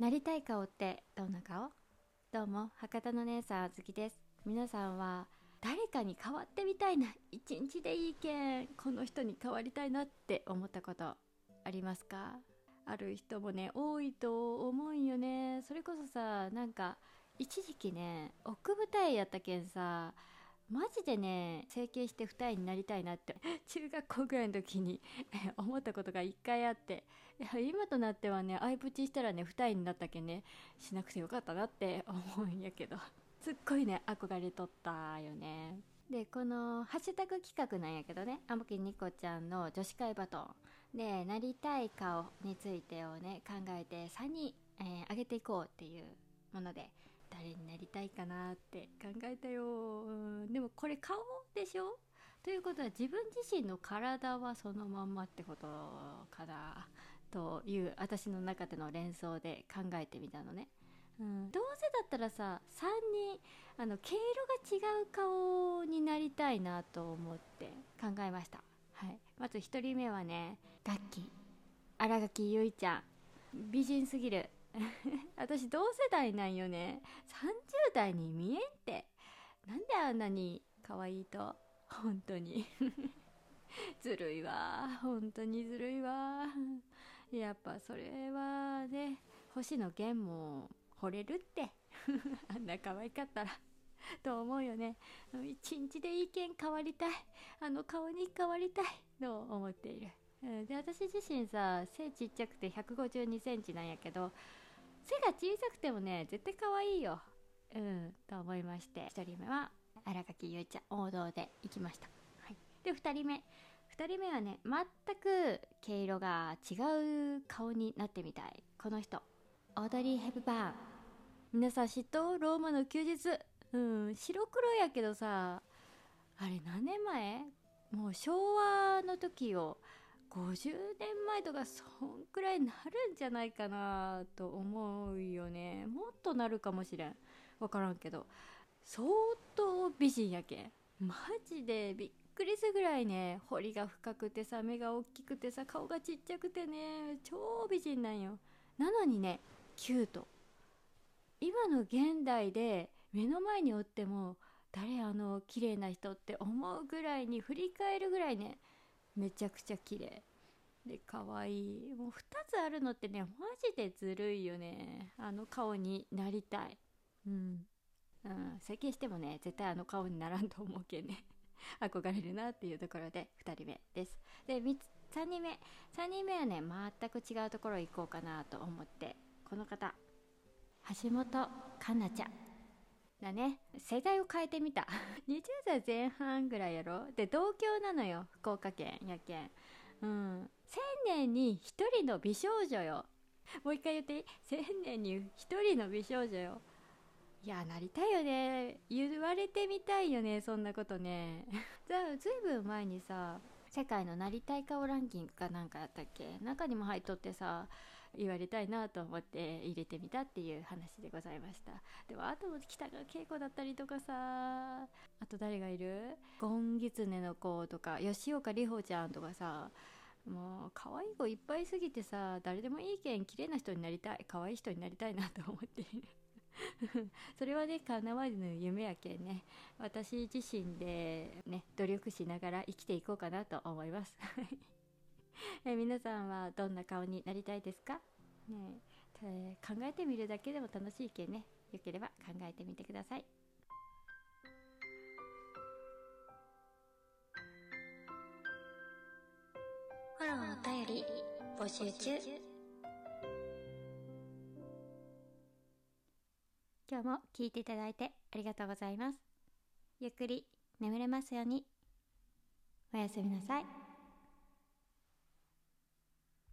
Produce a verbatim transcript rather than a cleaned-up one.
なりたい顔ってどんな顔？どうも、博多の姉さんあずきです。皆さんは誰かに変わってみたいな、一日でいいけんこの人に変わりたいなって思ったことありますか？ある人もね多いと思うんよね。それこそさ、なんか一時期ね奥舞台やったけんさ、マジでね整形して二重になりたいなって中学校ぐらいの時に思ったことが一回あって、いや今となってはね相プチしたらね二重になったけんね、しなくてよかったなって思うんやけど、すっごいね憧れとったよね。でこのハッシュタグ企画なんやけどね、あもきにこちゃんの女子会バトンでなりたい顔についてをね考えてさんにん、えー、上げていこうっていうもので、誰になりたいかなって考えたよ。うん、でもこれ顔でしょ？ということは自分自身の体はそのまんまってことかなという私の中での連想で考えてみたのね。うん、どうせだったらささんにんあの毛色が違う顔になりたいなと思って考えました。はい、まずひとりめはね、ガッキー新垣結衣ちゃん、美人すぎる私同世代なんよね。さんじゅう代に見えんって、なんであんなに可愛いと、本当にずるいわ、本当にずるいわ。やっぱそれはね、星野源も惚れるってあんな可愛かったらと思うよね。一日でいいけん変わりたい、あの顔に変わりたいと思っている。で私自身さ背ちっちゃくてひゃくごじゅうにセンチなんやけど、背が小さくてもね絶対可愛いよ、うんと思いまして、ひとりめは新垣結衣ちゃん王道で行きました。はい、でふたりめふたりめはね、全く毛色が違う顔になってみたいこの人、オードリー・ヘプバーン。皆さん知っと？ローマの休日、うん、白黒やけどさ、あれ何年前？もう昭和の時をごじゅうねんまえとかそんくらいなるんじゃないかなと思うよね。もっとなるかもしれん、分からんけど相当美人やけん、マジでびっくりするぐらいね、彫りが深くてさ、目が大きくてさ、顔がちっちゃくてね、超美人なんよ。なのにねキュート。今の現代で目の前におっても誰あの綺麗な人って思うぐらいに、振り返るぐらいねめちゃくちゃ綺麗で可愛い。もうふたつあるのってねマジでずるいよね。あの顔になりたい。うん、うん、整形してもね絶対あの顔にならんと思うけんね憧れるなっていうところでふたりめです。でさんにんめさんにんめはね全く違うところ行こうかなと思って、この方橋本環奈ちゃんだね。世代を変えてみたにじゅう代前半ぐらいやろ。で同郷なのよ、福岡県やけん。うん、せんねんにひとりの美少女よ。もう一回言っていい？せんねんにひとりの美少女よ。いやなりたいよね、言われてみたいよね、そんなことねずいぶん前にさ、世界のなりたい顔ランキングかなんかやったっけ、中にも入っとってさ、言われたいなと思って入れてみたっていう話でございました。でもあと北川景子だったりとかさ、あと誰がいる？ゴンギツネの子とか吉岡里帆ちゃんとかさ、もう可愛い子いっぱいすぎてさ、誰でもいいけん綺麗な人になりたい、可愛い人になりたいなと思っているそれはね叶わぬ夢やけんね、私自身でね努力しながら生きていこうかなと思いますえ皆さんはどんな顔になりたいですかね？え考えてみるだけでも楽しいけんね、よければ考えてみてください。フォローお便り募集中。今日も聞いていただいてありがとうございます。ゆっくり眠れますように。おやすみなさい。